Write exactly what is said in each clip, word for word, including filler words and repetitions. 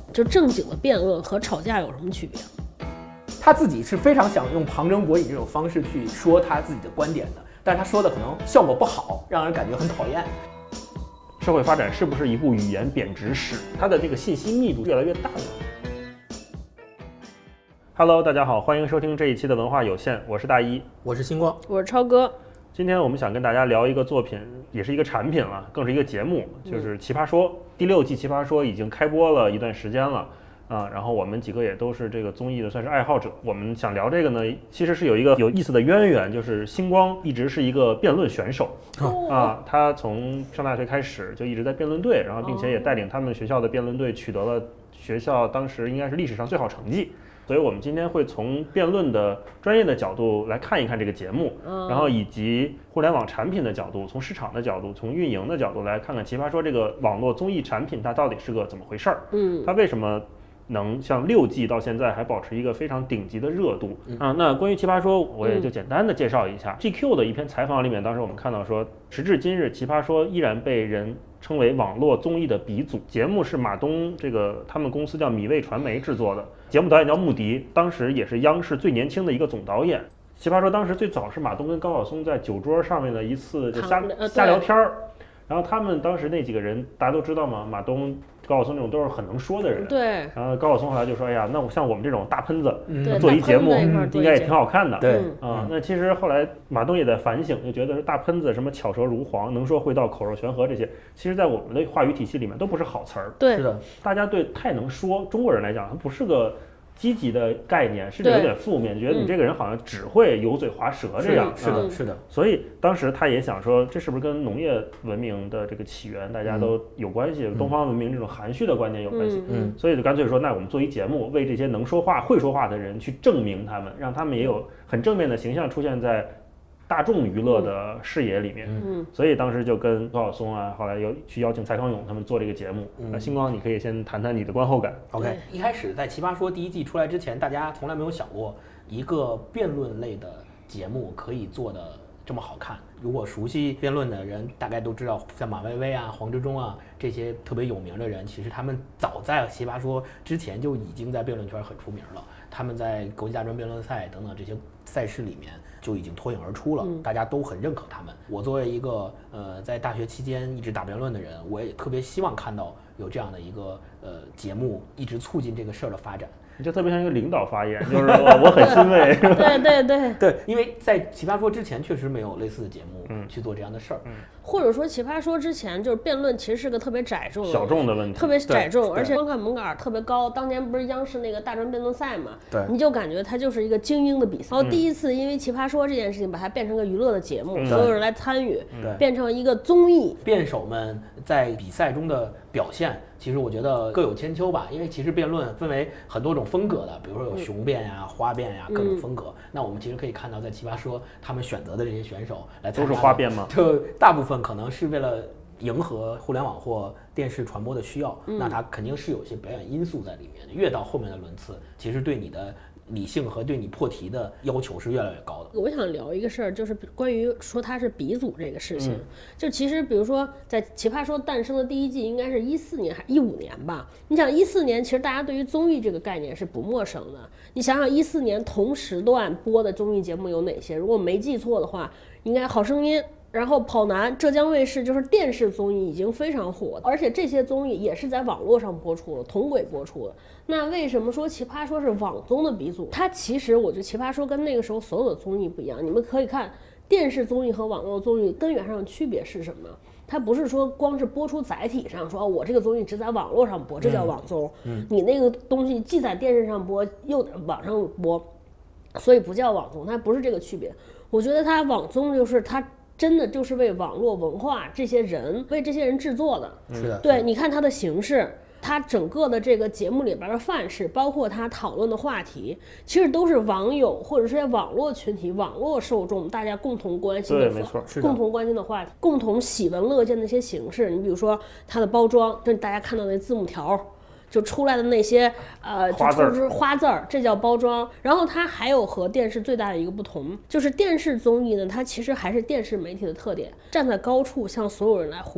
就正经的辩论和吵架有什么区别？ 他自己是非常想用旁征博引这种方式去说他自己的观点的，但是他说的可能效果不好，让人感觉很讨厌。 社会发展是不是一部语言贬值史？它的这个信息密度越来越大了。Hello， 大家好，欢迎收听这一期的文化有限，我是大一， 我是星光， 我是超哥。 今天我们想跟大家聊一个作品，也是一个产品了，更是一个节目，就是《奇葩说》。第六季《奇葩说》已经开播了一段时间了。啊，然后我们几个也都是这个综艺的算是爱好者。我们想聊这个呢，其实是有一个有意思的渊源，就是星光一直是一个辩论选手、哦、啊，他从上大学开始就一直在辩论队，然后并且也带领他们学校的辩论队取得了学校当时应该是历史上最好成绩。所以我们今天会从辩论的专业的角度来看一看这个节目，然后以及互联网产品的角度，从市场的角度，从运营的角度来看看奇葩说这个网络综艺产品它到底是个怎么回事儿，嗯，它为什么能像六季到现在还保持一个非常顶级的热度、嗯、啊？那关于奇葩说，我也就简单的介绍一下。嗯、G Q 的一篇采访里面，当时我们看到说，时至今日，奇葩说依然被人称为网络综艺的鼻祖。节目是马东这个他们公司叫米味传媒制作的，节目导演叫穆迪，当时也是央视最年轻的一个总导演。奇葩说当时最早是马东跟高晓松在酒桌上面的一次就瞎瞎聊天儿。然后他们当时那几个人，大家都知道嘛，马东、高晓松这种都是很能说的人。对。然后高晓松后来就说：“哎呀，那像我们这种大喷子，嗯、做一节目应该也挺好看的。”对。啊、嗯，那其实后来马东也在反省，就觉得大喷子什么巧舌如簧、能说会道、口若悬河这些，其实在我们的话语体系里面都不是好词儿。 对。 是的。 大家对太能说，中国人来讲，它不是个积极的概念，甚至有点负面，觉得你这个人好像只会油嘴滑舌这样。 是的，是的。 所以当时他也想说，这是不是跟农业文明的这个起源大家都有关系？嗯、东方文明这种含蓄的观念有关系。嗯，所以就干脆说，那我们做一节目，为这些能说话、会说话的人去证明他们，让他们也有很正面的形象出现在大众娱乐的视野里面。嗯，所以当时就跟高晓松啊，后来又去邀请蔡康永他们做这个节目。那、嗯、星光，你可以先谈谈你的观后感。 OK， 一开始在奇葩说第一季出来之前，大家从来没有想过一个辩论类的节目可以做的这么好看。如果熟悉辩论的人，大概都知道，像马薇薇啊、黄执中啊这些特别有名的人，其实他们早在奇葩说之前就已经在辩论圈很出名了。他们在国际大专辩论赛等等这些赛事里面就已经脱颖而出了，嗯、大家都很认可他们。我作为一个呃在大学期间一直打辩论的人，我也特别希望看到有这样的一个呃节目，一直促进这个事儿的发展。 你就特别像一个领导发言，就是我很欣慰。 对对对对，因为在奇葩说之前确实没有类似的节目去做这样的事儿。嗯， 或者说奇葩说之前就是辩论其实是个特别窄众的小众的问题， 特别窄众，而且观看门槛特别高。当年不是央视那个大专辩论赛嘛，对，你就感觉它就是一个精英的比赛。然后第一次因为奇葩说这件事情把它变成个娱乐的节目，嗯、所有人来参与，变成一个综艺。 辩手们在比赛中的表现，其实我觉得各有千秋吧，因为其实辩论分为很多种风格的，比如说有雄辩呀、花辩呀各种风格。嗯、那我们其实可以看到，在奇葩说他们选择的这些选手来参加， 都是花辩吗？ 就大部分可能是为了迎合互联网或电视传播的需要，嗯、那它肯定是有些表演因素在里面的。越到后面的轮次，其实对你的理性和对你破题的要求是越来越高的。 我想聊一个事儿，就是关于说他是鼻祖这个事情。嗯、就其实比如说在奇葩说诞生的第一季应该是一四年还一五年吧。你想一四年其实大家对于综艺这个概念是不陌生的。你想想一四年同时段播的综艺节目有哪些？如果没记错的话，应该好声音。然后跑男、浙江卫视就是电视综艺已经非常火，而且这些综艺也是在网络上播出的，同轨播出的。那为什么说奇葩说是网综的鼻祖？它其实我觉得奇葩说跟那个时候所有的综艺不一样。你们可以看电视综艺和网络综艺根源上的区别是什么？它不是说光是播出载体上说、哦、我这个综艺只在网络上播，这叫网综。嗯，你那个东西既在电视上播又在网上播，所以不叫网综，它不是这个区别。我觉得它网综就是它真的就是为网络文化这些人为这些人制作的。 是的， 对，你看它的形式，它整个的这个节目里边的范式，包括它讨论的话题，其实都是网友或者是网络群体、网络受众大家共同关心的， 对，没错，是的， 共同关心的话题，共同喜闻乐见的一些形式。你比如说它的包装，就是大家看到那字幕条。就出来的那些呃，就出是花字儿，这叫包装。然后它还有和电视最大的一个不同，就是电视综艺呢，它其实还是电视媒体的特点，站在高处向所有人来呼喊。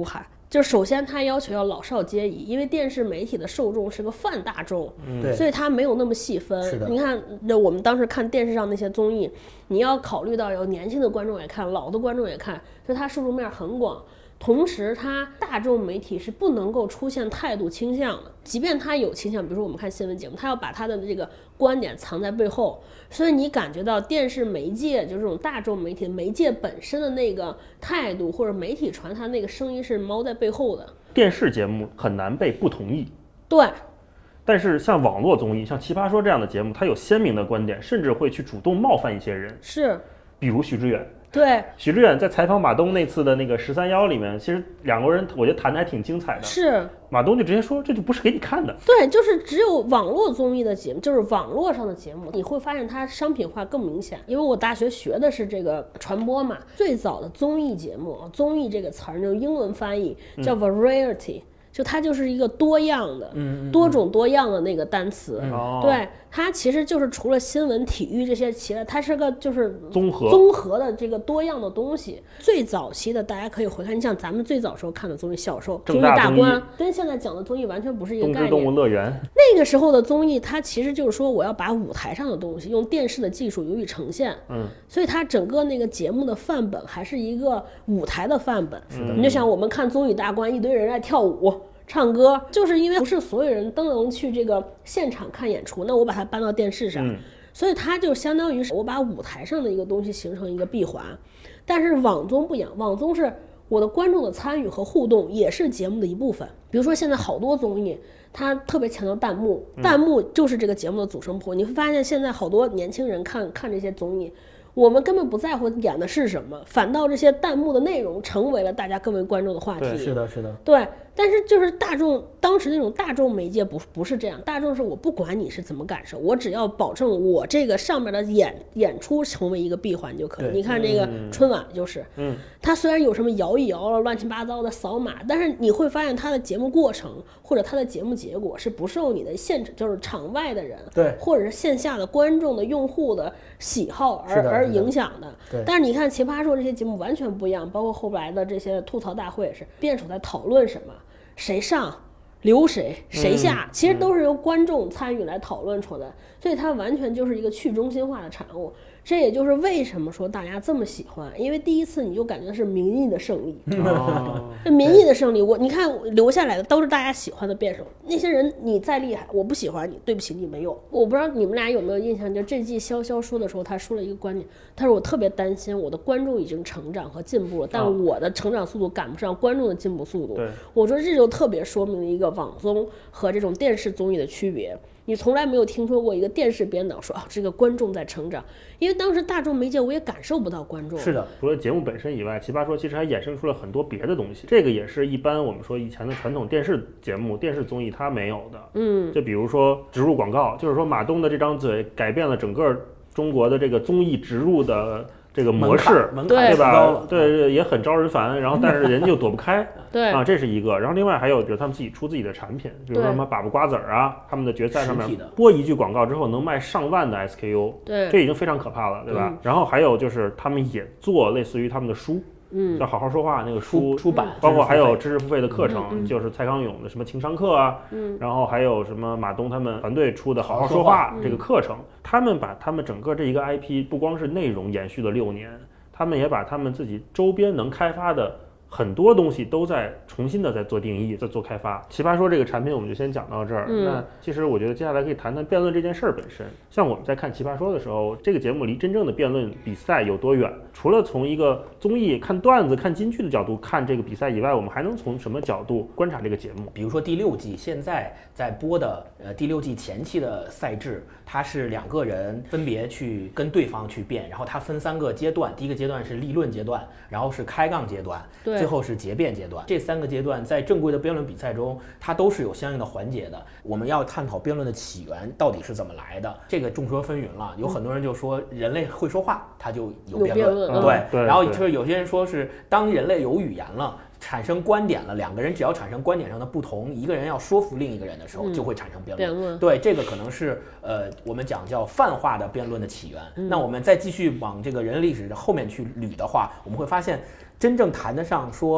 就首先他要求要老少皆宜，因为电视媒体的受众是个泛大众， 对， 所以他没有那么细分。 是的， 你看，那我们当时看电视上那些综艺，你要考虑到有年轻的观众也看，老的观众也看，所以它受众面很广。同时，它大众媒体是不能够出现态度倾向的，即便它有倾向，比如说我们看新闻节目，它要把它的这个观点藏在背后，所以你感觉到电视媒介就这种大众媒体媒介本身的那个态度，或者媒体传达那个声音是猫在背后的。 电视节目很难被不同意， 对。 但是像网络综艺，像《奇葩说》这样的节目，它有鲜明的观点，甚至会去主动冒犯一些人， 是， 比如许知远。 对， 许知远在采访马东那次的那个十三幺里面，其实两个人我觉得谈的还挺精彩的。 是， 马东就直接说这就不是给你看的。 对，就是只有网络综艺的节目，就是网络上的节目，你会发现它商品化更明显。因为我大学学的是这个传播嘛，最早的综艺节目，综艺这个词儿用英文翻译叫 variety。嗯，就它就是一个多样的、 嗯、 多种多样的那个单词， 嗯、 对，它其实就是除了新闻、体育这些其他，它是个就是综合综合的这个多样的东西。最早期的大家可以回看，你像咱们最早时候看的综艺，小时候综艺大观，跟现在讲的综艺完全不是一个概念。 东芝动物乐园那个时候的综艺，它其实就是说我要把舞台上的东西用电视的技术予以呈现， 嗯， 所以它整个那个节目的范本还是一个舞台的范本。 是的， 你就想我们看综艺大观，一堆人在跳舞。唱歌，就是因为不是所有人都能去这个现场看演出，那我把它搬到电视上， 嗯、 所以它就相当于是我把舞台上的一个东西形成一个闭环。但是网综不一样，网综是我的观众的参与和互动也是节目的一部分。比如说现在好多综艺它特别强调弹幕，弹幕就是这个节目的组成部。嗯、你会发现现在好多年轻人看看这些综艺，我们根本不在乎演的是什么，反倒这些弹幕的内容成为了大家更为关注的话题。 是的，是的， 对。但是就是大众当时那种大众媒介不不是这样，大众是我不管你是怎么感受，我只要保证我这个上面的演演出成为一个闭环就可以。你看这个春晚就是， 嗯， 它虽然有什么摇一摇了乱七八糟的扫码，但是你会发现它的节目过程或者它的节目结果是不受你的现场就是场外的人对， 或者是线下的观众的用户的喜好而而影响的。 对。 但是你看奇葩说这些节目完全不一样，包括后来的这些吐槽大会是辩手在讨论什么。谁上留谁谁下，其实都是由观众参与来讨论出来，嗯、所以它完全就是一个去中心化的产物。这也就是为什么说大家这么喜欢，因为第一次你就感觉是民意的胜利。 哦、 民意的胜利，我你看留下来的都是大家喜欢的辩手，那些人你再厉害，我不喜欢你，对不起你没用。我不知道你们俩有没有印象，就这季潇潇说的时候，他说了一个观点，他说我特别担心我的观众已经成长和进步了，但我的成长速度赶不上观众的进步速度。 对， 我说这就特别说明了一个网综和这种电视综艺的区别。你从来没有听说过一个电视编导说啊，这个观众在成长，因为当时大众媒介我也感受不到观众。 是的， 除了节目本身以外，奇葩说其实还衍生出了很多别的东西，这个也是一般我们说以前的传统电视节目、电视综艺它没有的。 嗯， 就比如说植入广告，就是说马东的这张嘴改变了整个中国的这个综艺植入的这个模式， 对吧？对，也很招人烦。然后，但是人家又躲不开， 对啊，这是一个。然后另外还有就是他们自己出自己的产品，比如说什么粑粑瓜子儿啊，他们的决赛上面播一句广告之后能卖上万的 S K U， 对， 这已经非常可怕了，对吧？ 嗯、 然后还有就是他们也做类似于他们的书。 嗯， 叫好好说话那个书出版， 包括还有知识付费的课程， 嗯嗯、 就是蔡康永的什么情商课啊， 嗯， 然后还有什么马东他们团队出的好好说话这个课程， 嗯、 他们把他们整个这一个 I P 不光是内容延续了六年，他们也把他们自己周边能开发的很多东西都在重新的在做定义，在做开发。奇葩说这个产品我们就先讲到这儿。 嗯、 那其实我觉得接下来可以谈谈辩论这件事儿本身。像我们在看奇葩说的时候，这个节目离真正的辩论比赛有多远？除了从一个综艺看段子、看金句的角度看这个比赛以外，我们还能从什么角度观察这个节目？ 比如说第六季现在在播的呃第六季前期的赛制，它是两个人分别去跟对方去辩，然后它分三个阶段，第一个阶段是立论阶段，然后是开杠阶段，最后是结辩阶段。这三个阶段在正规的辩论比赛中，它都是有相应的环节的。我们要探讨辩论的起源到底是怎么来的，这个众说纷纭了。有很多人就说人类会说话，它就有辩论。 嗯、 对， 对， 然后就是有些人说是当人类有语言了，产生观点了，两个人只要产生观点上的不同，一个人要说服另一个人的时候，就会产生辩论。 辩论， 对，这个可能是呃我们讲叫泛化的辩论的起源。 嗯、 那我们再继续往这个人类历史后面去捋的话，我们会发现真正谈得上说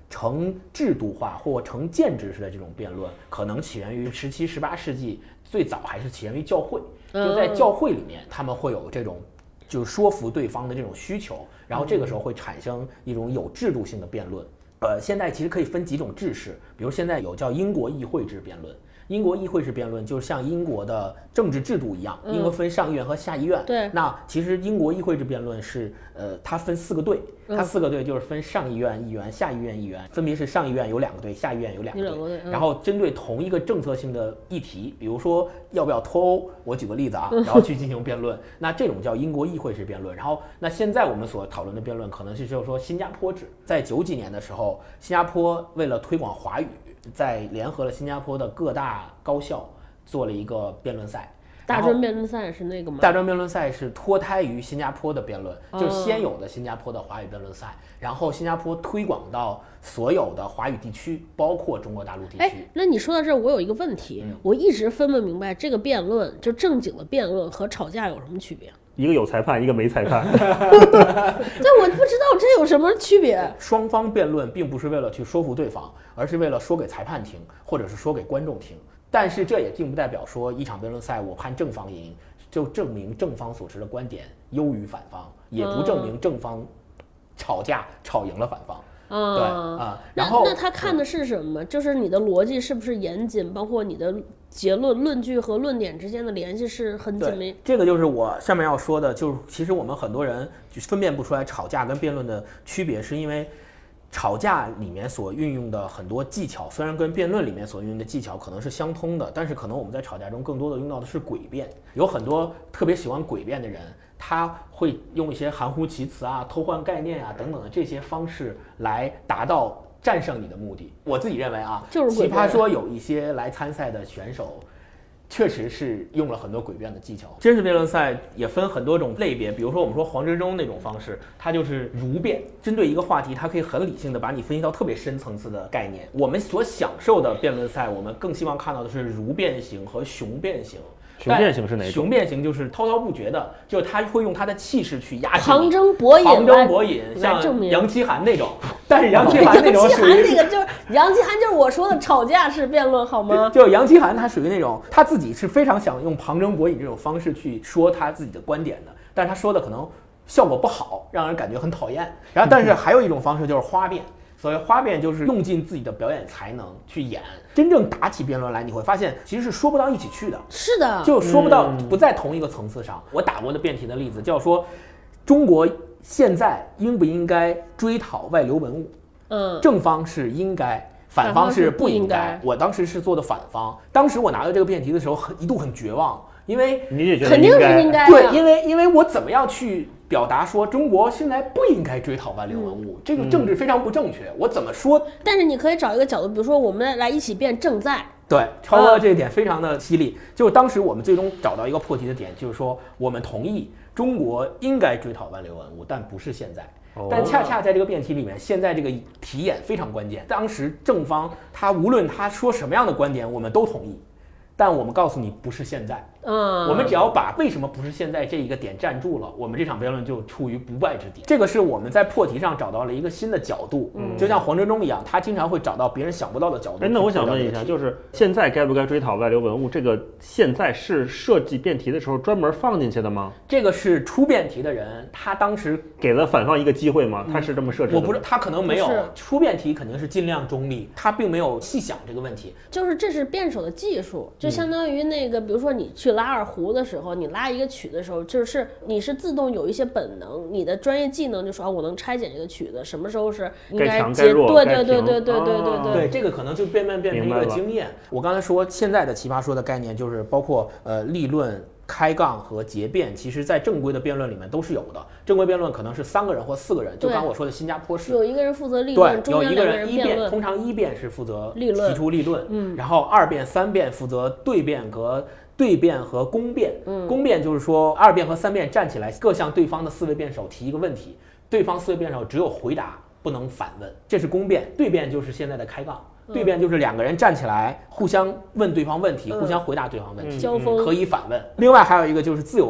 成制度化或成建制式的这种辩论，可能起源于十七、十八世纪，最早还是起源于教会。就在教会里面，他们会有这种就是说服对方的这种需求，然后这个时候会产生一种有制度性的辩论。呃，现在其实可以分几种制式，比如现在有叫英国议会制辩论。英国议会制辩论就是像英国的政治制度一样， 嗯英国分上议院和下议院。 对， 那其实英国议会制辩论是，呃，它分四个队，它四个队就是分上议院议员、下议院议员，分别是上议院有两个队，下议院有两个队。 有两个队嗯然后针对同一个政策性的议题，比如说要不要脱欧，我举个例子啊，然后去进行辩论。那这种叫英国议会制辩论。然后，那现在我们所讨论的辩论，可能是就是说新加坡制，在九几年的时候，新加坡为了推广华语，在联合了新加坡的各大高校。做了一个辩论赛， 大专辩论赛是那个吗？ 大专辩论赛是脱胎于新加坡的辩论， 哦、 就是先有的新加坡的华语辩论赛，然后新加坡推广到所有的华语地区，包括中国大陆地区。 哎，那你说到这儿，我有一个问题，嗯、我一直分不明白这个辩论，就正经的辩论和吵架有什么区别？ 一个有裁判，一个没裁判。 对，我不知道这有什么区别。 双方辩论并不是为了去说服对方，而是为了说给裁判听，或者是说给观众听。但是这也并不代表说一场辩论赛我判正方赢，就证明正方所持的观点优于反方，也不证明正方吵架吵赢了反方。 嗯， 对啊、嗯，然后那那他看的是什么？就是你的逻辑是不是严谨，包括你的结论、论据和论点之间的联系是很紧密。 这个就是我下面要说的，就是其实我们很多人就分辨不出来吵架跟辩论的区别，是因为吵架里面所运用的很多技巧，虽然跟辩论里面所运用的技巧可能是相通的，但是可能我们在吵架中更多的用到的是诡辩。有很多特别喜欢诡辩的人，他会用一些含糊其辞啊、偷换概念啊等等的这些方式来达到战胜你的目的。我自己认为啊， 就是奇葩说有一些来参赛的选手。确实是用了很多诡辩的技巧。真实辩论赛也分很多种类别，比如说我们说黄执中那种方式，它就是儒辩，针对一个话题，它可以很理性的把你分析到特别深层次的概念。我们所享受的辩论赛，我们更希望看到的是儒辩型和雄辩型。 雄辩型是哪种？ 雄辩型就是滔滔不绝的，就是他会用他的气势去压制你， 旁征博引， 旁征博引，像杨奇涵那种。但是杨奇涵那种属于杨奇涵那个就是杨奇涵就是我说的吵架式辩论，好吗？ 就杨奇涵他属于那种他自己是非常想用旁征博引这种方式去说他自己的观点的，但是他说的可能效果不好，让人感觉很讨厌。然后，但是还有一种方式就是花辩。所谓花辩就是用尽自己的表演才能去演，真正打起辩论来，你会发现其实是说不到一起去的。 是的， 就说不到，不在同一个层次上。我打过的辩题的例子叫说，中国现在应不应该追讨外流文物？ 嗯， 正方是应该，反方是不应该。 应该我当时是做的反方，当时我拿到这个辩题的时候，很一度很绝望，因为你也觉得肯定是应该的， 对，因为因为我怎么样去表达说中国现在不应该追讨外流文物，嗯、这个政治非常不正确，我怎么说？ 但是你可以找一个角度，比如说我们来一起辩正在。 对，超哥这一点非常的犀利。就是当时我们最终找到一个破题的点，就是说我们同意中国应该追讨外流文物，但不是现在。但恰恰在这个辩题里面，现在这个题眼非常关键。当时正方他无论他说什么样的观点，我们都同意。但我们告诉你，不是现在。 嗯， 我们只要把为什么不是现在这一个点站住了，我们这场辩论就处于不败之地。这个是我们在破题上找到了一个新的角度，嗯，就像黄执中一样，他经常会找到别人想不到的角度。 哎，那我想问一下，就是现在该不该追讨外流文物？这个现在是设计辩题的时候专门放进去的吗？ 这个是出辩题的人，他当时给了反方一个机会吗？他是这么设置的？ 我不是，他可能没有。出辩题肯定是尽量中立，他并没有细想这个问题。 就是这是辩手的技术，就相当于那个，比如说你去拉二胡的时候，你拉一个曲的时候，就是你是自动有一些本能，你的专业技能就说啊，我能拆解这个曲子，什么时候是应该接，对对对对对对对对对，这个可能就变变变成一个经验。我刚才说现在的奇葩说的概念就是包括呃立论、开杠和结辩，其实在正规的辩论里面都是有的。正规辩论可能是三个人或四个人，就刚我说的新加坡式， 有一个人负责立论， 对，有一个人一辩，通常一辩是负责立论提出立论， 嗯， 然后二辩、三辩负责对辩和。对辩和攻辩，嗯，攻辩就是说二辩和三辩站起来，各向对方的四位辩手提一个问题，对方四位辩手只有回答不能反问，这是攻辩。对辩就是现在的开杠， 嗯、 对辩就是两个人站起来互相问对方问题， 嗯、 互相回答对方问题， 交锋可以反问。另外还有一个就是自由辩。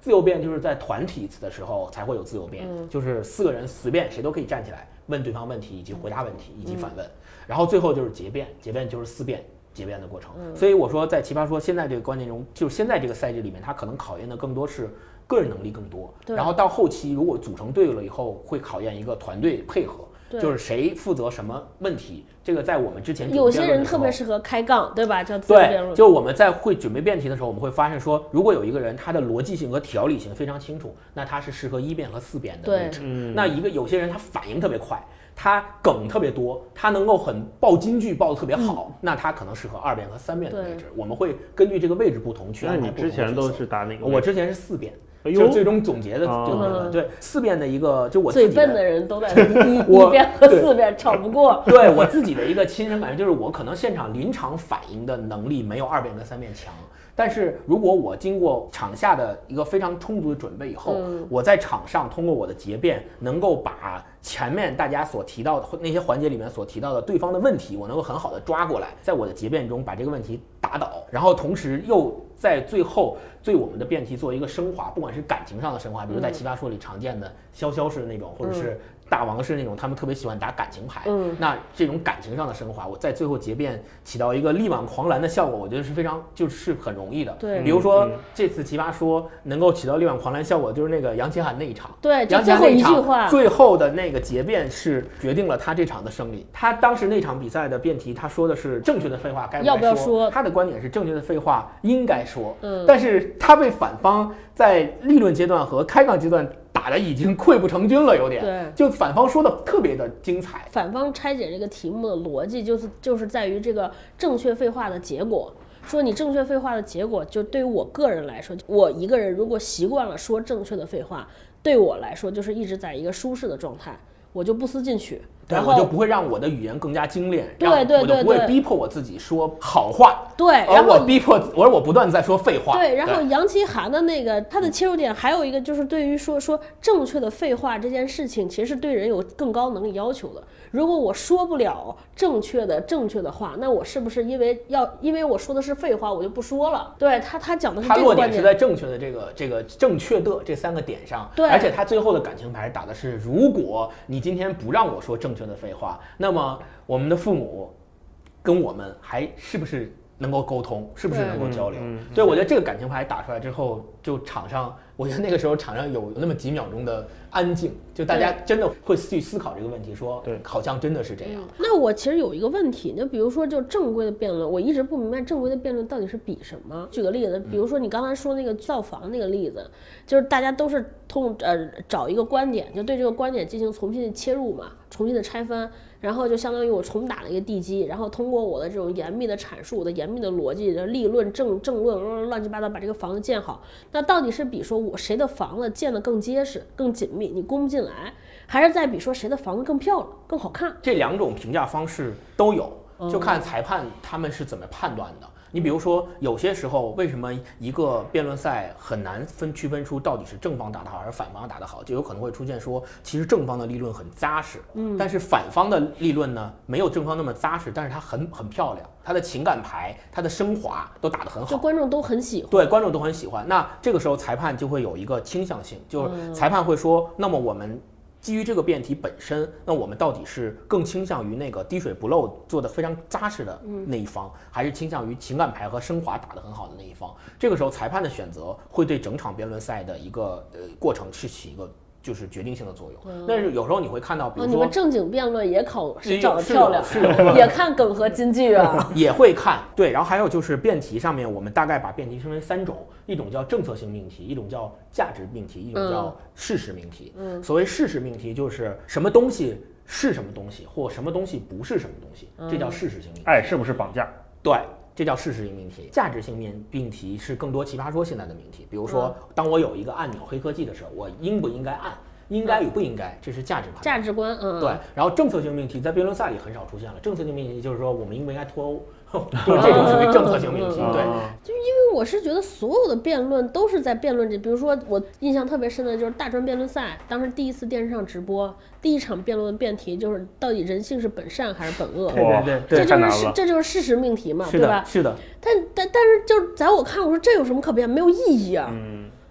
自由辩就是在团体的时候才会有自由辩， 嗯、 就是四个人随便谁都可以站起来问对方问题以及回答问题以及反问，嗯、然后最后就是结辩，结辩就是思辨结辩的过程。嗯、所以我说在奇葩说现在这个观念中，就是现在这个赛制里面，它可能考验的更多是个人能力更多，然后到后期如果组成队了以后，会考验一个团队配合。就是谁负责什么问题，这个在我们之前有些人特别适合开杠，对吧？叫自由辩论。 对，就我们在会准备辩题的时候，我们会发现说，如果有一个人他的逻辑性和条理性非常清楚，那他是适合一辩和四辩的位置。那一个有些人他反应特别快，他梗特别多，他能够很爆金句爆得特别好，嗯、那他可能适合二辩和三辩的位置。我们会根据这个位置不同去安排不同的角色。 那你之前都是打哪个位置？ 我之前是四辩。就最终总结的这个、哦、对四辩的一个，就我自己最笨的人都在一一辩和四辩吵不过。 对我自己的一个亲身感觉就是，我可能现场临场反应的能力没有二辩跟三辩强，但是如果我经过场下的一个非常充足的准备以后，嗯、我在场上通过我的结辩，能够把前面大家所提到的那些环节里面所提到的对方的问题，我能够很好的抓过来，在我的结辩中把这个问题打倒，然后同时又在最后对我们的辩题做一个升华，不管是感情上的升华，比如在奇葩说里常见的潇潇式的那种，或者是大王式那种，他们特别喜欢打感情牌。嗯，那这种感情上的升华，我在最后结辩起到一个力挽狂澜的效果，我觉得是非常就是很容易的。 对， 比如说、嗯、这次奇葩说能够起到力挽狂澜效果，就是那个杨奇涵那一场。 对， 杨奇涵那一句话， 最后的那个结辩是决定了他这场的胜利。他当时那场比赛的辩题，他说的是正确的废话该不该说， 要不要说？ 他的观点是正确的废话应该说，嗯，但是他被反方在立论阶段和开杠阶段打的已经溃不成军了，有点。 对， 就反方说的特别的精彩。 反方拆解这个题目的逻辑，就是就是在于这个正确废话的结果。说你正确废话的结果，就对于我个人来说，我一个人如果习惯了说正确的废话，对我来说就是一直在一个舒适的状态，我就不思进取。 对，我就不会让我的语言更加精炼， 对对对， 我就不会逼迫我自己说好话， 对， 而我逼迫，而我不断在说废话。 对，然后杨奇涵的那个他的切入点还有一个就是对于说说正确的废话这件事情，其实是对人有更高能力要求的。如果我说不了正确的正确的话，那我是不是因为要因为我说的是废话，我就不说了？对他，他讲的是这个他落点是在正确的这个这个正确的这三个点上， 对， 而且他最后的感情牌打的是，如果你今天不让我说正确的废话，那么我们的父母跟我们还是不是能够沟通，是不是能够交流？ 嗯嗯、 对，我觉得这个感情牌打出来之后，就场上，我觉得那个时候场上有那么几秒钟的安静，就大家真的会去思考这个问题，说，对，好像真的是这样。 嗯、那我其实有一个问题，就比如说，就正规的辩论，我一直不明白正规的辩论到底是比什么。举个例子，比如说你刚才说那个造房那个例子，就是大家都是通呃找一个观点，就对这个观点进行重新的切入嘛，重新的拆分。然后就相当于我重打了一个地基，然后通过我的这种严密的阐述，我的严密的逻辑、立论、正正论，乱七八糟把这个房子建好。那到底是比说我谁的房子建得更结实、更紧密，你攻不进来，还是在比说谁的房子更漂亮、更好看？ 这两种评价方式都有，就看裁判他们是怎么判断的。你比如说，有些时候为什么一个辩论赛很难分区分出到底是正方打得好还是反方打得好，就有可能会出现说，其实正方的立论很扎实，嗯，但是反方的立论呢，没有正方那么扎实，但是它很很漂亮，它的情感牌、它的升华都打得很好， 就观众都很喜欢， 对，观众都很喜欢。那这个时候裁判就会有一个倾向性，就是裁判会说，那么我们基于这个辩题本身，那我们到底是更倾向于那个滴水不漏做得非常扎实的那一方，还是倾向于情感牌和升华打得很好的那一方？这个时候裁判的选择会对整场辩论赛的一个呃过程是起一个就是决定性的作用。但是有时候你会看到，比如说、 哦、你们正经辩论也考找得漂亮， 是的， 也看梗和金句啊， 也会看。对，然后还有就是辩题上面，我们大概把辩题分为三种，一种叫政策性命题，一种叫价值命题，一种叫事实命题。嗯，所谓事实命题就是什么东西是什么东西，或什么东西不是什么东西，这叫事实性命题。 爱是不是绑架？ 对。这叫事实性命题。价值性命题是更多奇葩说现在的命题，比如说，当我有一个按钮黑科技的时候，我应不应该按？应该与不应该，这是价值判断。 价值观，嗯， 对。然后政策性命题在辩论赛里很少出现了。政策性命题就是说，我们应不应该脱欧？就是这种属于政策性命题。对， 就因为我是觉得所有的辩论都是在辩论这，比如说我印象特别深的就是大专辩论赛，当时第一次电视上直播，第一场辩论的辩题就是到底人性是本善还是本恶？ 对对对， 这就是这就是事实命题嘛，对吧？ 是的。 但但但是就是在我看，我说这有什么可辩？没有意义啊。 嗯。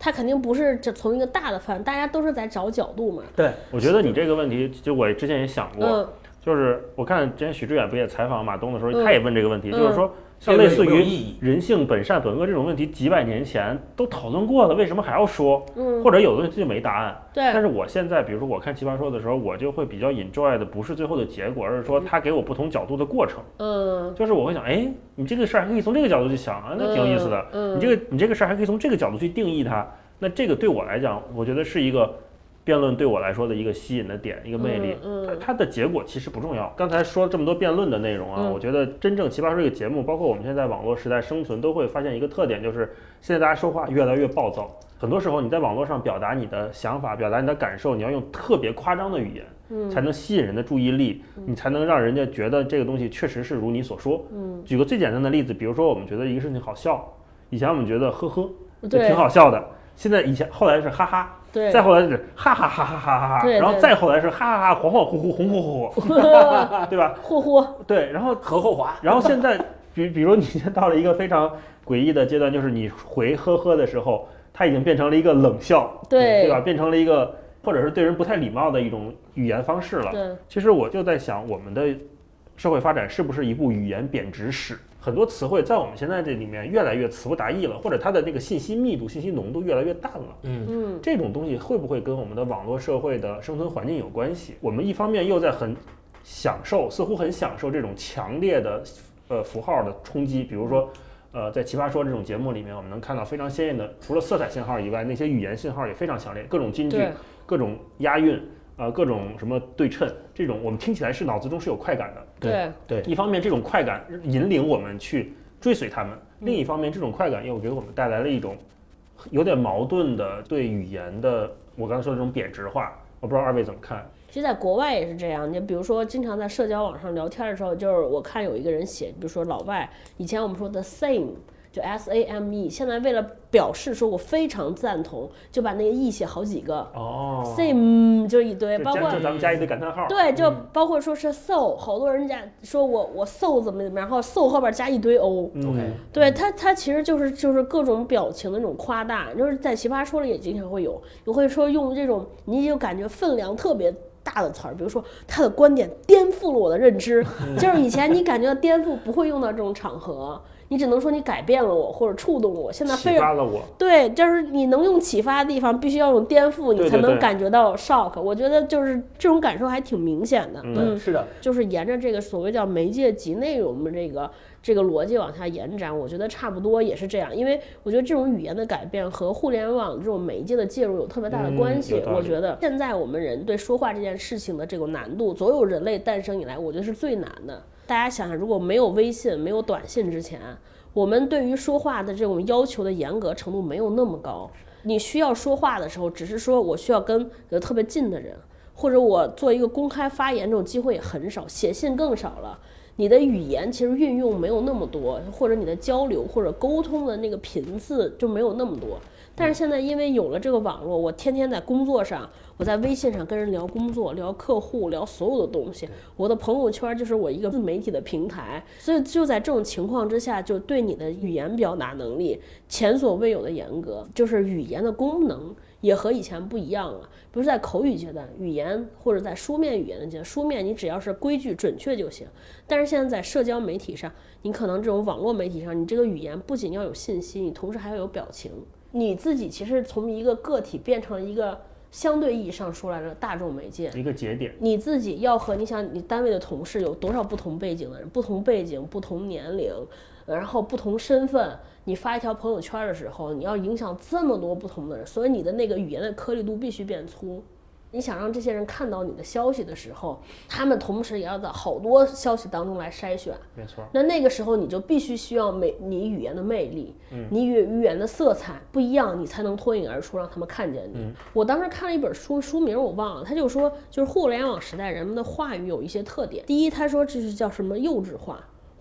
它肯定不是从一个大的范，大家都是在找角度嘛。 对， 我觉得你这个问题，就我之前也想过， 嗯、 就是我看之前许知远不也采访马东的时候， 嗯、 他也问这个问题， 嗯、 就是说。像类似于人性本善本恶这种问题，几百年前都讨论过了，为什么还要说？ 嗯， 或者有的东西就没答案。 对。 但是我现在，比如说我看奇葩说的时候，我就会比较 enjoy 的不是最后的结果，而是说他给我不同角度的过程。 嗯。 就是我会想，哎，你这个事儿还可以从这个角度去想啊，那挺有意思的。 嗯。 你这个你这个事儿还可以从这个角度去定义它，那这个对我来讲，我觉得是一个。辩论对我来说的一个吸引的点，一个魅力， 嗯嗯、 它它的结果其实不重要。刚才说了这么多辩论的内容啊， 嗯、 我觉得真正奇葩说这个节目，包括我们现在网络时代生存，都会发现一个特点，就是现在大家说话越来越暴躁。很多时候你在网络上表达你的想法，表达你的感受，你要用特别夸张的语言， 嗯、 才能吸引人的注意力， 嗯、 你才能让人家觉得这个东西确实是如你所说。 嗯、 举个最简单的例子，比如说我们觉得一个事情好笑，以前我们觉得呵呵， 对， 挺好笑的。现在以前后来是哈哈， 对， 再后来是哈哈哈哈哈哈哈，然后再后来是哈哈哈恍恍惚惚红乎乎，对吧？ 呼呼， 对，然后何后华， 然后现在比比如你现在到了一个非常诡异的阶段，就是你回呵呵的时候，它已经变成了一个冷笑， 对， 对吧？变成了一个或者是对人不太礼貌的一种语言方式了。 对， 其实我就在想，我们的社会发展是不是一部语言贬值史？很多词汇在我们现在这里面越来越词不达意了，或者它的那个信息密度、信息浓度越来越淡了。 嗯嗯， 这种东西会不会跟我们的网络社会的生存环境有关系？我们一方面又在很享受，似乎很享受这种强烈的呃符号的冲击，比如说，呃，在奇葩说这种节目里面，我们能看到非常鲜艳的，除了色彩信号以外，那些语言信号也非常强烈，各种金句，各种押韵。呃，各种什么对称，这种我们听起来是脑子中是有快感的。 对对， 一方面这种快感引领我们去追随他们，另一方面这种快感又给我们带来了一种有点矛盾的对语言的，我刚才说的这种贬值化。我不知道二位怎么看？ 其实在国外也是这样，你比如说经常在社交网上聊天的时候，就是我看有一个人写，比如说老外，以前我们说的 same。就 S A M E， 现在为了表示说我非常赞同，就把那个 E 写好几个哦 ，same 就一堆，包括就咱们加一堆感叹号， 对，就包括说是 so， 好多人家说我我 so 怎么怎么，然后 so 后边加一堆 O， OK， 对它它其实就是就是各种表情的那种夸大，就是在奇葩说里也经常会有，你会说用这种你就感觉分量特别大的词儿，比如说他的观点颠覆了我的认知，就是以前你感觉到颠覆不会用到这种场合。你只能说你改变了我，或者触动了我。现在非启发了我。 对，就是你能用启发的地方，必须要用颠覆，你才能感觉到 shock。 对对对， 我觉得就是这种感受还挺明显的。 嗯， 嗯是的， 就是沿着这个所谓叫媒介及内容的这个这个逻辑往下延展，我觉得差不多也是这样。因为我觉得这种语言的改变和互联网这种媒介的介入有特别大的关系。 嗯、 我觉得现在我们人对说话这件事情的这个难度，所有人类诞生以来，我觉得是最难的。大家想想，如果没有微信、没有短信之前，我们对于说话的这种要求的严格程度没有那么高。你需要说话的时候，只是说我需要跟呃特别近的人，或者我做一个公开发言，这种机会也很少，写信更少了。你的语言其实运用没有那么多，或者你的交流或者沟通的那个频次就没有那么多。但是现在因为有了这个网络，我天天在工作上，我在微信上跟人聊工作、聊客户、聊所有的东西，我的朋友圈就是我一个自媒体的平台，所以就在这种情况之下，就对你的语言表达能力前所未有的严格，就是语言的功能也和以前不一样了。比如在口语阶段，语言或者在书面语言的阶段，书面你只要是规矩准确就行，但是现在在社交媒体上，你可能这种网络媒体上，你这个语言不仅要有信息，你同时还要有表情。你自己其实从一个个体变成了一个相对意义上说来的大众媒介， 一个节点。 你自己要和你想你单位的同事有多少不同背景的人，不同背景、不同年龄，然后不同身份，你发一条朋友圈的时候，你要影响这么多不同的人，所以你的那个语言的颗粒度必须变粗。你想让这些人看到你的消息的时候，他们同时也要在好多消息当中来筛选。 没错。 那那个时候你就必须需要美你语言的魅力，嗯、你语语言的色彩不一样，你才能脱颖而出，让他们看见你。嗯、我当时看了一本书，书名我忘了，他就说，就是互联网时代人们的话语有一些特点。第一，他说这是叫什么幼稚化。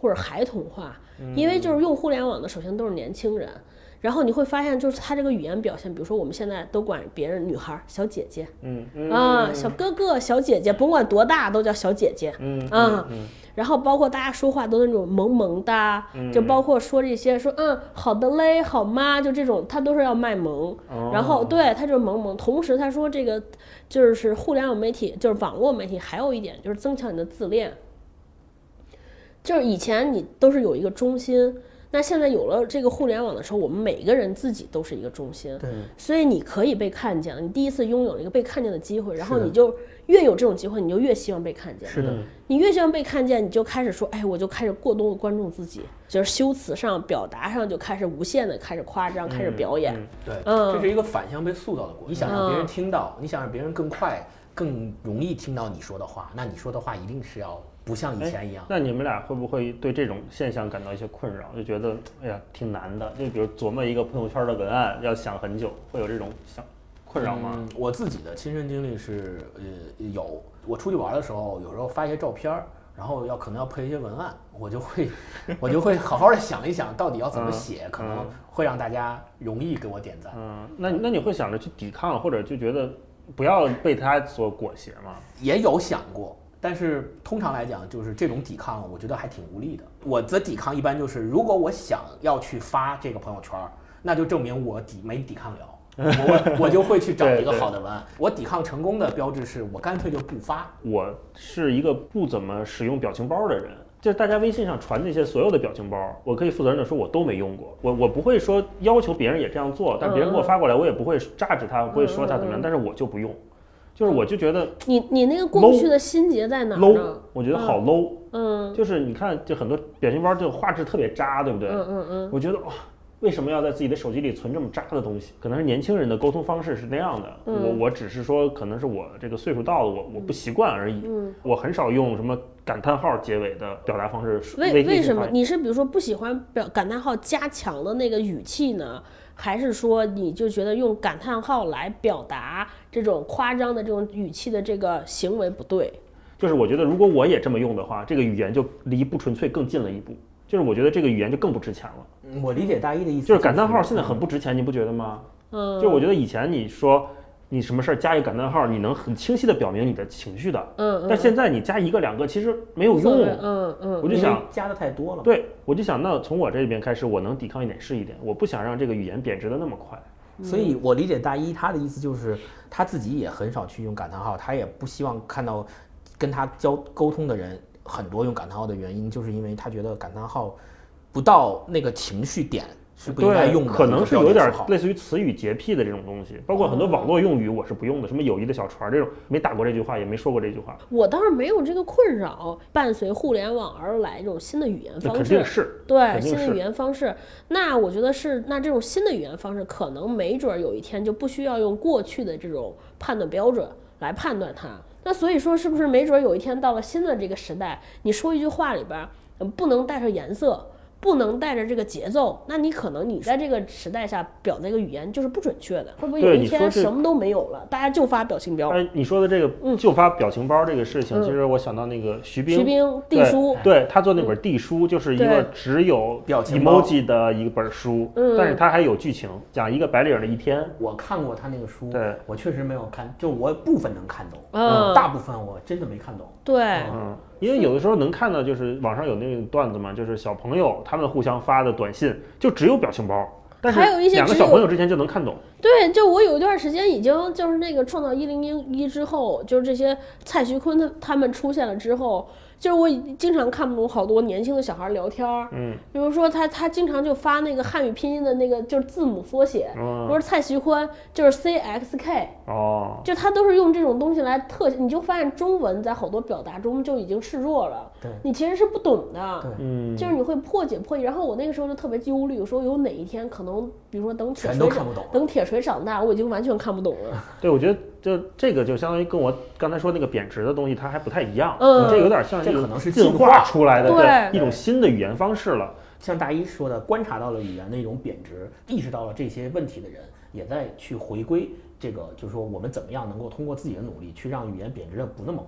或者孩童化，因为就是用互联网的首先都是年轻人。然后你会发现，就是他这个语言表现，比如说我们现在都管别人女孩小姐姐， 嗯嗯啊，小哥哥、小姐姐，甭管多大都叫小姐姐， 嗯啊， 嗯然后包括大家说话都那种萌萌哒， 嗯就包括说这些说嗯好的嘞，好吗？就这种，他都是要卖萌， 哦然后对他就是萌萌。同时他说这个就是互联网媒体，就是网络媒体，还有一点就是增强你的自恋，就是以前你都是有一个中心。那现在有了这个互联网的时候，我们每个人自己都是一个中心， 对， 所以你可以被看见，你第一次拥有了一个被看见的机会，然后你就越有这种机会，你就越希望被看见。 是的， 你越希望被看见，你就开始说，哎，我就开始过多的关注自己，就是修辞上、表达上就开始无限的开始夸张，开始表演。 嗯对， 嗯这是一个反向被塑造的过程。你想让别人听到，你想让别人更快、更容易听到你说的话，那你说的话一定是要不像以前一样。 那你们俩会不会对这种现象感到一些困扰？就觉得哎呀挺难的，就比如琢磨一个朋友圈的文案要想很久，会有这种想困扰吗？ 嗯，我自己的亲身经历是，呃，有。我出去玩的时候，有时候发一些照片儿，然后要可能要配一些文案，我就会，我就会好好的想一想，到底要怎么写， 嗯、 可能会让大家容易给我点赞。 嗯，那那你会想着去抵抗，或者就觉得不要被他所裹挟吗？ 也有想过。但是通常来讲，就是这种抵抗，我觉得还挺无力的。我的抵抗一般就是，如果我想要去发这个朋友圈，那就证明我抵没抵抗了，我我就会去找一个好的文案。我抵抗成功的标志是我干脆就不发。 我是一个不怎么使用表情包的人，就是大家微信上传那些所有的表情包，我可以负责任的说，我都没用过。我我不会说要求别人也这样做，但别人给我发过来，我也不会榨制他，我不会说他怎么样，但是我就不用。就是我就觉得你你那个过去的心结在哪儿呢 ？low， 我觉得好 low。 嗯， 就是你看，就很多表情包就画质特别渣，对不对？ 嗯嗯嗯。 我觉得哇、哦，为什么要在自己的手机里存这么渣的东西？可能是年轻人的沟通方式是那样的。 嗯、 我我只是说，可能是我这个岁数到了，我我不习惯而已。 嗯。 我很少用什么感叹号结尾的表达方式。 为为什么你是比如说不喜欢表感叹号加强的那个语气呢？还是说你就觉得用感叹号来表达这种夸张的这种语气的这个行为不对？ 就是我觉得如果我也这么用的话，这个语言就离不纯粹更近了一步。就是我觉得这个语言就更不值钱了。 嗯，我理解大一的意思， 就是感叹号现在很不值钱，你不觉得吗？ 嗯， 就我觉得以前你说你什么事儿加一个感叹号，你能很清晰的表明你的情绪的。 嗯， 但现在你加一个两个其实没有用。 嗯嗯， 我就想加的太多了。 对，我就想那从我这边开始，我能抵抗一点是一点，我不想让这个语言贬值的那么快。 所以我理解大一他的意思就是他自己也很少去用感叹号，他也不希望看到跟他交沟通的人很多用感叹号的原因，就是因为他觉得感叹号不到那个情绪点是不应该用的， 可能是有点类似于词语洁癖的这种东西，包括很多网络用语我是不用的，什么友谊的小船这种，没打过这句话，也没说过这句话。 我倒是没有这个困扰，伴随互联网而来这种新的语言方式， 肯定是对新的语言方式。那我觉得是，那这种新的语言方式，可能没准有一天就不需要用过去的这种判断标准来判断它。那所以说，是不是没准有一天到了新的这个时代，你说一句话里边，嗯，不能带着颜色，不能带着这个节奏，那你可能你在这个时代下表这个语言就是不准确的，会不会有一天什么都没有了，大家就发表情包？ 哎，你说的这个就发表情包这个事情， 嗯、 其实我想到那个徐冰， 徐冰地书， 对，对他做那本地书，就是一个只有 emoji 的一本书， 嗯、 但是它还有剧情，讲一个白领的一天。 我看过他那个书， 对， 我确实没有看，就我部分能看懂， 嗯， 大部分我真的没看懂。 对， 嗯。因为有的时候能看到，就是网上有那个段子嘛，就是小朋友他们互相发的短信就只有表情包，但是两个小朋友之间就能看懂。 对，就我有一段时间已经就是那个创造一零一之后，就是这些蔡徐坤他他们出现了之后，就是我经常看不懂好多年轻的小孩聊天， 嗯， 比如说他他经常就发那个汉语拼音的那个就是字母缩写， 嗯， 比如蔡徐坤就是 C X K， 哦， 就他都是用这种东西来特，你就发现中文在好多表达中就已经示弱了， 对， 你其实是不懂的， 对， 嗯， 就是你会破解破解，然后我那个时候就特别忧虑，说有哪一天可能，比如说等铁锤长，等铁锤长大，我已经完全看不懂了。 对，我觉得就这个就相当于跟我刚才说那个贬值的东西，它还不太一样。 嗯， 这有点像这可能是进化出来的， 对， 对一种新的语言方式了。 像大一说的，观察到了语言的一种贬值，意识到了这些问题的人，也在去回归这个，就是说我们怎么样能够通过自己的努力去让语言贬值的不那么快。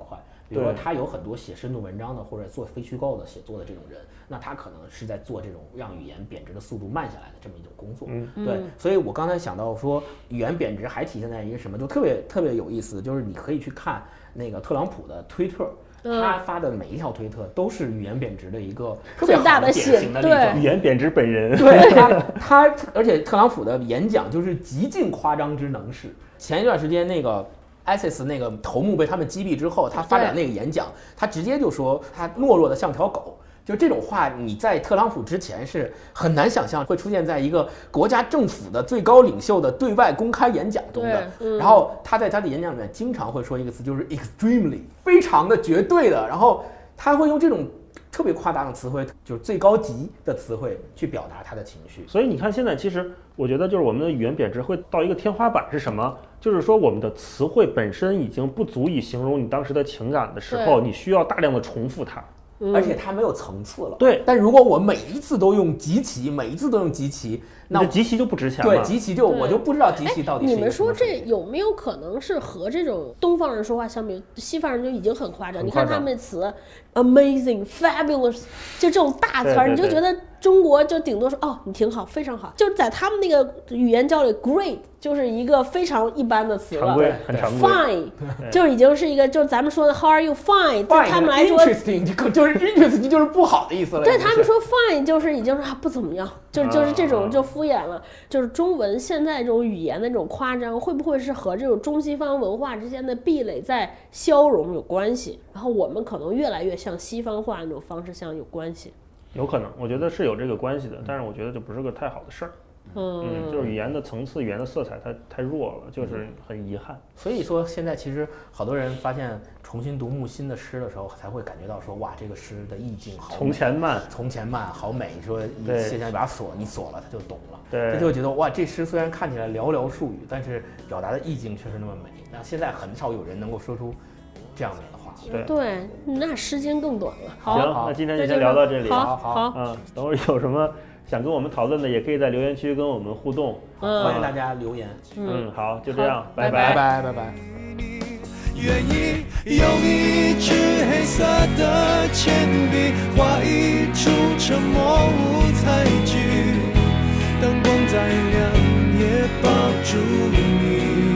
比如说他有很多写深度文章的或者做非虚构的写作的这种人，那他可能是在做这种让语言贬值的速度慢下来的这么一种工作。 嗯， 对，所以我刚才想到说，语言贬值还体现在一个什么，就特别特别有意思，就是你可以去看那个特朗普的推特。他发的每一条推特都是语言贬值的一个特别好的典型的例子。 语言贬值本人， 对他，他而且特朗普的演讲就是极尽夸张之能事。前一段时间那个 I S I S 那个头目被他们击毙之后，他发表那个演讲，他直接就说他懦弱的像条狗。就这种话，你在特朗普之前是很难想象会出现在一个国家政府的最高领袖的对外公开演讲中的。嗯、然后他在他的演讲里面经常会说一个词，就是 extremely， 非常的绝对的。然后他会用这种特别夸张的词汇，就是最高级的词汇去表达他的情绪。 所以你看，现在其实我觉得就是我们的语言贬值会到一个天花板是什么？就是说我们的词汇本身已经不足以形容你当时的情感的时候，你需要大量的重复它。 而且它没有层次了。 对， 但如果我每一次都用极其，每一次都用极其，那极其就不值钱了。 对，极其就我就不知道极其到底是。 你们说这有没有可能是和这种东方人说话相比，西方人就已经很夸张？你看他们词 ，amazing、fabulous， 就这种大词儿，你就觉得中国就顶多说哦，你挺好，非常好。就是在他们那个语言教里 ，great 就是一个非常一般的词了。 常规，很常规。 Fine 就是已经是一个，就是咱们说的 How are you fine， 对他们来说 ，interesting 就是 interesting 就是不好的意思了。 对他们说 fine 就是已经是、啊、不怎么样，就就是这种就敷衍了。就是中文现在这种语言的这种夸张，会不会是和这种中西方文化之间的壁垒在消融有关系？然后我们可能越来越向西方化那种方式向有关系。 有可能，我觉得是有这个关系的，但是我觉得这不是个太好的事儿。嗯, 嗯，就是语言的层次、语言的色彩，它太弱了，就是很遗憾。 所以说，现在其实好多人发现重新读木心的诗的时候，才会感觉到说，哇，这个诗的意境好美， 从前慢， 从前慢，好美。说你卸下一把锁，你锁了，他就懂了。 对， 他就会觉得哇，这诗虽然看起来寥寥数语，但是表达的意境却是那么美。那现在很少有人能够说出这样美的话。 对对，那诗间更短了。 好，行，那今天就先聊到这里。 好， 好， 嗯，等会儿有什么想跟我们讨论的，也可以在留言区跟我们互动。 嗯，欢迎大家留言。 嗯，好，就这样， 拜拜拜拜拜。 愿意用一支黑色的铅笔画一出沉默舞台剧，灯光再亮也抱住你，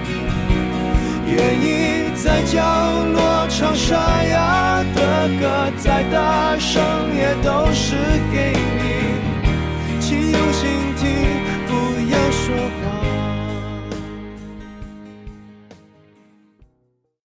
愿意在角落唱沙哑的歌，再大声也都是给你，请用心